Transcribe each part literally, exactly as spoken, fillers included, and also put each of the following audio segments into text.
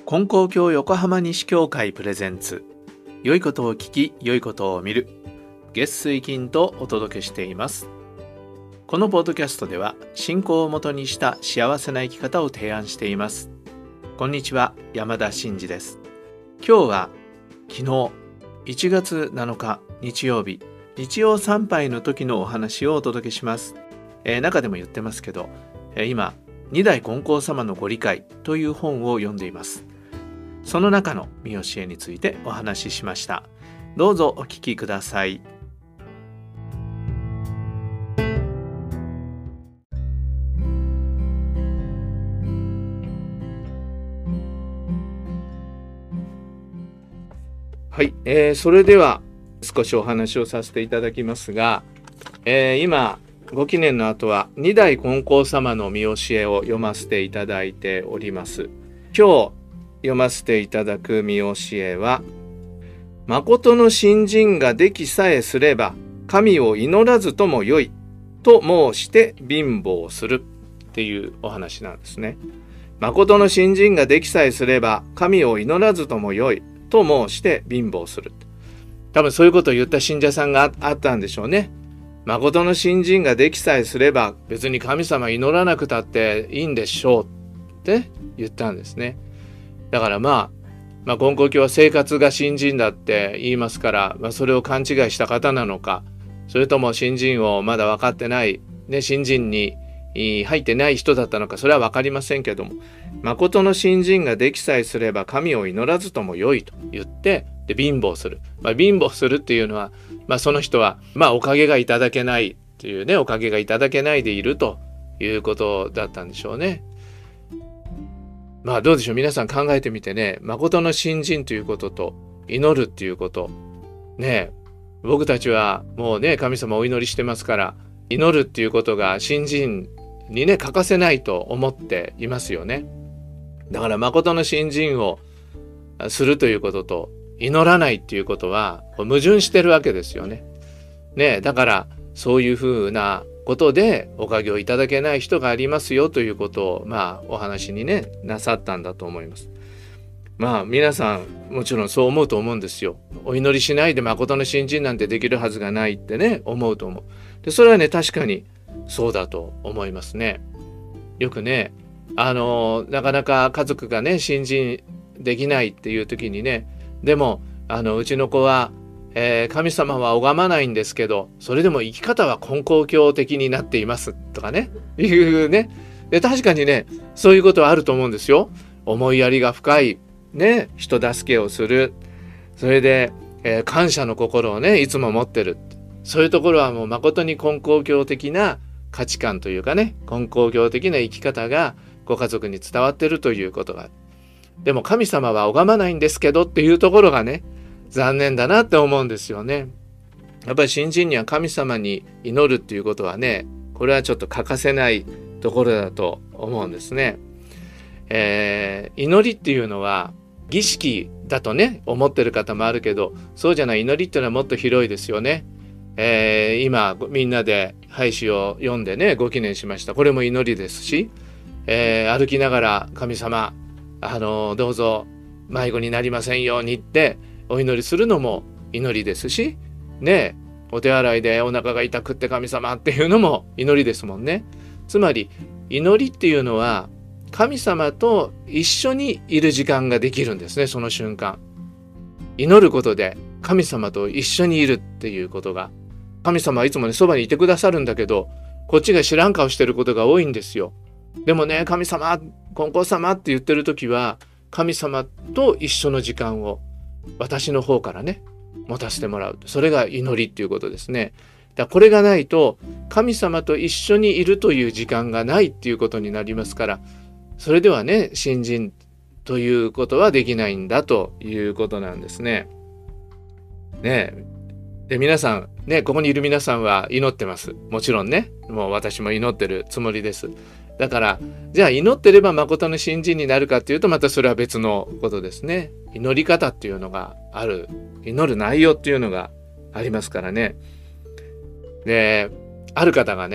金光教横浜西教会プレゼンツ、良いことを聞き良いことを見る、月水金とお届けしています。このポッドキャストでは信仰をもとにした幸せな生き方を提案しています。こんにちは、山田真嗣です。今日は昨日いちがつなのか日曜日、日曜参拝の時のお話をお届けします。えー、中でも言ってますけど、えー、今二代金光様のご理解という本を読んでいます。その中の見教えについてお話ししました。どうぞお聞きください。はい、えー、それでは少しお話をさせていただきますが、えー、今ご記念の後は二代金光様の見教えを読ませていただいております。今日読ませていただく見教えは、誠の信心ができさえすれば神を祈らずともよいと申して貧乏するっていうお話なんですね。誠の信心ができさえすれば神を祈らずともよいと申して貧乏する。多分そういうことを言った信者さんがあったんでしょうね。誠の信心ができさえすれば別に神様祈らなくたっていいんでしょうって言ったんですね。だからまあ、まあ、金光教は生活が信心だって言いますから、まあ、それを勘違いした方なのか、それとも信心をまだ分かってない、ね、信心に入ってない人だったのか、それは分かりませんけども、誠の信心ができさえすれば神を祈らずともよいと言ってで貧乏する、まあ、貧乏するっていうのは、まあ、その人は、まあ、おかげがいただけないっていうね、おかげがいただけないでいるということだったんでしょうね。まあどうでしょう、皆さん考えてみてね、誠の信心ということと祈るっていうことね、僕たちはもうね、神様お祈りしてますから、祈るっていうことが信心にね欠かせないと思っていますよね。だから誠の信心をするということと祈らないっていうことは矛盾してるわけですよね。ね、だからそういうふうなことでおかげをいただけない人がありますよということをまあお話にねなさったんだと思います。まあ皆さんもちろんそう思うと思うんですよ。お祈りしないで誠の信心なんてできるはずがないってね思うと思う。でそれはね確かにそうだと思いますね。よくねあのなかなか家族がね信心できないっていう時にね、でもあのうちの子はえー、神様は拝まないんですけど、それでも生き方は金光教的になっていますとかね、いうね。で確かにねそういうことはあると思うんですよ。思いやりが深いね、人助けをする、それで、えー、感謝の心をねいつも持ってる、そういうところはもう誠に金光教的な価値観というかね、金光教的な生き方がご家族に伝わってるということがある。でも神様は拝まないんですけどっていうところがね残念だなって思うんですよね。やっぱり信心には神様に祈るっていうことはね、これはちょっと欠かせないところだと思うんですね。えー、祈りっていうのは儀式だとね思ってる方もあるけど、そうじゃない祈りっていうのはもっと広いですよね。えー、今みんなで拝詩を読んでねご記念しました。これも祈りですし、えー、歩きながら神様あのどうぞ迷子になりませんようにってお祈りするのも祈りですしね、お手洗いでお腹が痛くって神様っていうのも祈りですもんね。つまり祈りっていうのは神様と一緒にいる時間ができるんですね。その瞬間祈ることで神様と一緒にいるっていうことが、神様はいつもねそばにいてくださるんだけど、こっちが知らん顔してることが多いんですよ。でもね、神様金光様って言ってる時は神様と一緒の時間を私の方からね持たせてもらう、それが祈りっていうことですね。だからこれがないと神様と一緒にいるという時間がないっていうことになりますから、それではね信心ということはできないんだということなんですね。ねで皆さんね、ここにいる皆さんは祈ってます。もちろんね、もう私も祈ってるつもりです。だからじゃあ祈ってれば誠の信心になるかっていうと、またそれは別のことですね。祈り方っていうのがある、祈る内容っていうのがありますからね。である方がね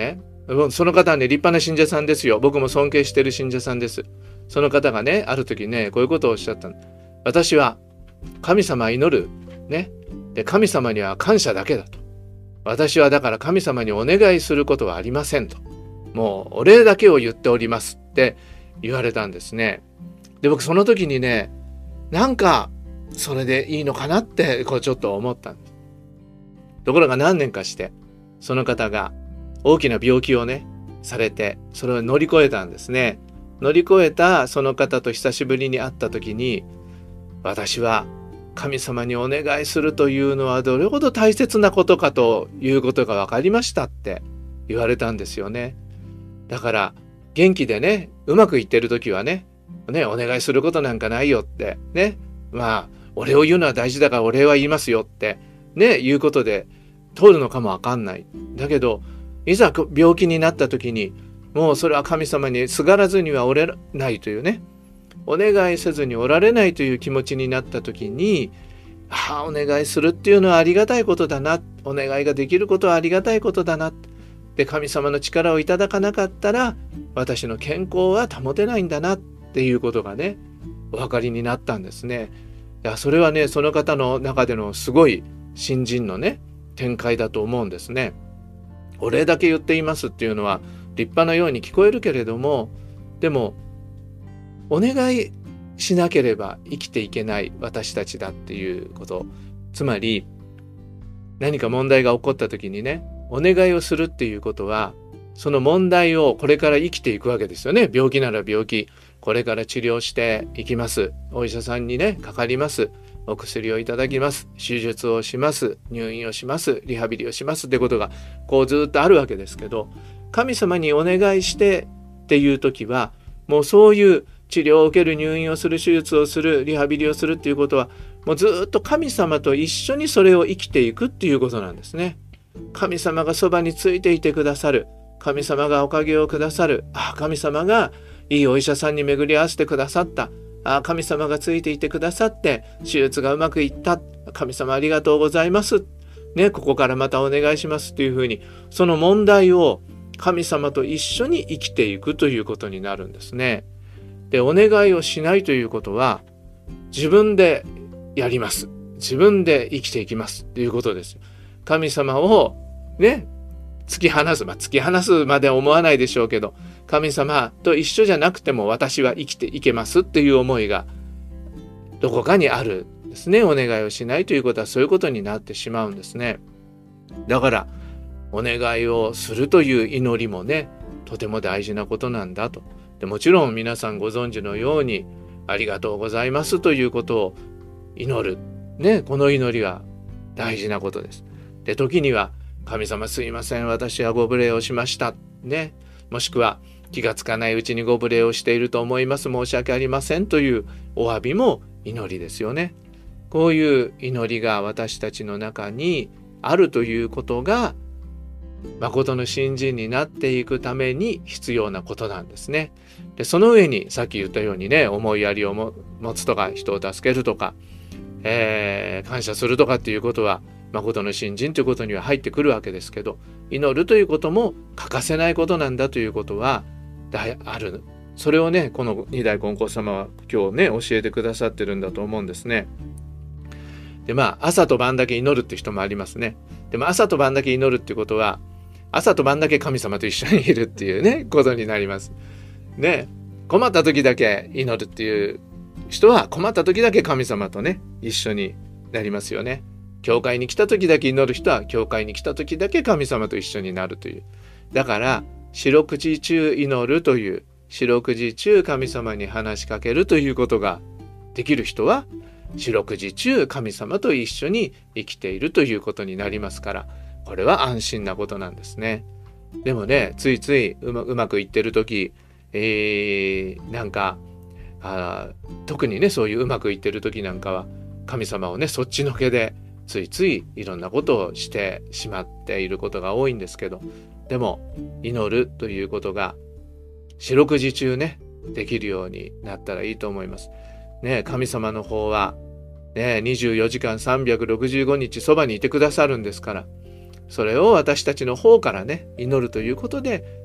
その方はね、立派な信者さんですよ。僕も尊敬している信者さんです。その方がね、ある時ね、こういうことをおっしゃったの。私は神様祈る。ね。で、神様には感謝だけだと。私はだから神様にお願いすることはありませんと。もうお礼だけを言っておりますって言われたんですね。で、僕その時にね、なんかそれでいいのかなってこうちょっと思ったんです。ところが何年かして、その方が大きな病気をね、されて、それを乗り越えたんですね。乗り越えたその方と久しぶりに会った時に、私は神様にお願いするというのはどれほど大切なことかということが分かりましたって言われたんですよね。だから元気でね、うまくいってる時はね、ね、お願いすることなんかないよってね、まあお礼を言うのは大事だからお礼は言いますよってね、いうことで通るのかもわかんない。だけどいざ病気になった時に、もうそれは神様にすがらずにはおれないというね、お願いせずにおられないという気持ちになった時に、ああ、お願いするっていうのはありがたいことだな、お願いができることはありがたいことだな、で神様の力をいただかなかったら私の健康は保てないんだなっていうことがね、お分かりになったんですね。いや、それはね、その方の中でのすごい新人のね、展開だと思うんですね。お礼だけ言っていますっていうのは立派なように聞こえるけれども、でもお願いしなければ生きていけない私たちだっていうこと。つまり何か問題が起こった時にね、お願いをするっていうことは、その問題をこれから生きていくわけですよね。病気なら病気、これから治療していきます。お医者さんにね、かかります。お薬をいただきます。手術をします。入院をします。リハビリをしますってことがこうずっとあるわけですけど、神様にお願いしてっていう時は、もうそういう治療を受ける、入院をする、手術をする、リハビリをするっていうことは、もうずっと神様と一緒にそれを生きていくっていうことなんですね。神様がそばについていてくださる。神様がおかげをくださる。ああ、神様がいいお医者さんに巡り合わせてくださった。ああ、神様がついていてくださって手術がうまくいった。神様ありがとうございます。ね、ここからまたお願いしますというふうに、その問題を神様と一緒に生きていくということになるんですね。で、お願いをしないということは、自分でやります。自分で生きていきますということです。神様をね、突き放す、まあ、突き放すまでは思わないでしょうけど、神様と一緒じゃなくても私は生きていけますっていう思いがどこかにあるんですね。お願いをしないということはそういうことになってしまうんですね。だからお願いをするという祈りもね、とても大事なことなんだと。でもちろん皆さんご存知のように、ありがとうございますということを祈る、ね、この祈りは大事なことです。で、時には神様すいません、私はご無礼をしました、ね、もしくは気がつかないうちにご無礼をしていると思います、申し訳ありませんというお詫びも祈りですよね。こういう祈りが私たちの中にあるということが誠の信心になっていくために必要なことなんですね。で、その上にさっき言ったようにね、思いやりをも持つとか、人を助けるとか、えー、感謝するとかっていうことは誠の信心ということには入ってくるわけですけど、祈るということも欠かせないことなんだということはある。それをね、この二代金光様は今日ね、教えてくださってるんだと思うんですね。で、まあ朝と晩だけ祈るって人もありますね。でも朝と晩だけ祈るっていうことは、朝と晩だけ神様と一緒にいるっていうね、ことになります。ね、困った時だけ祈るっていう人は困った時だけ神様とね、一緒になりますよね。教会に来た時だけ祈る人は教会に来た時だけ神様と一緒になるという。だから四六時中祈るという、四六時中神様に話しかけるということができる人は、四六時中神様と一緒に生きているということになりますから、これは安心なことなんですね。でもね、ついついうま、うまくいってる時、えー、なんかあ特にね、そういううまくいってる時なんかは神様をね、そっちのけでついついいろんなことをしてしまっていることが多いんですけど、でも祈るということが四六時中ね、できるようになったらいいと思います。ね、神様の方は、ね、にじゅうよじかんさんびゃくろくじゅうごにちそばにいてくださるんですから、それを私たちの方からね、祈るということで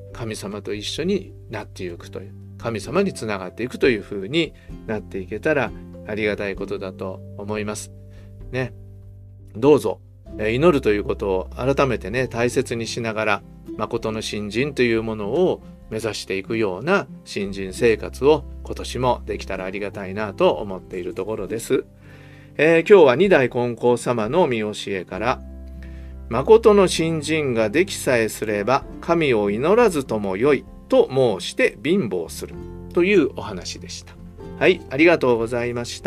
神様と一緒になっていくという、神様につながっていくというふうになっていけたらありがたいことだと思いますね。どうぞ祈るということを改めてね大切にしながら、誠の信心というものを目指していくような信心生活を今年もできたらありがたいなと思っているところです。えー、今日は二代金光様の見教えから、誠の信心ができさえすれば神を祈らずともよいと申して貧乏するというお話でした。はい、ありがとうございました。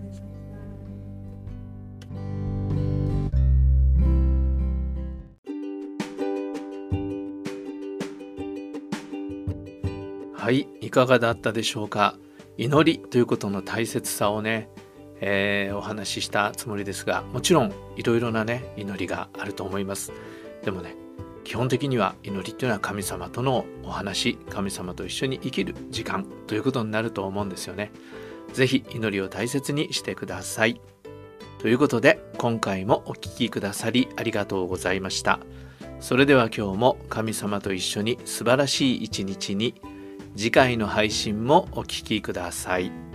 はい、いかがだったでしょうか。祈りということの大切さをね、えー、お話ししたつもりですが、もちろんいろいろなね祈りがあると思います。でもね、基本的には祈りというのは神様とのお話、神様と一緒に生きる時間ということになると思うんですよね。ぜひ祈りを大切にしてください。ということで、今回もお聞きくださりありがとうございました。それでは今日も神様と一緒に素晴らしい一日に、次回の配信もお聞きください。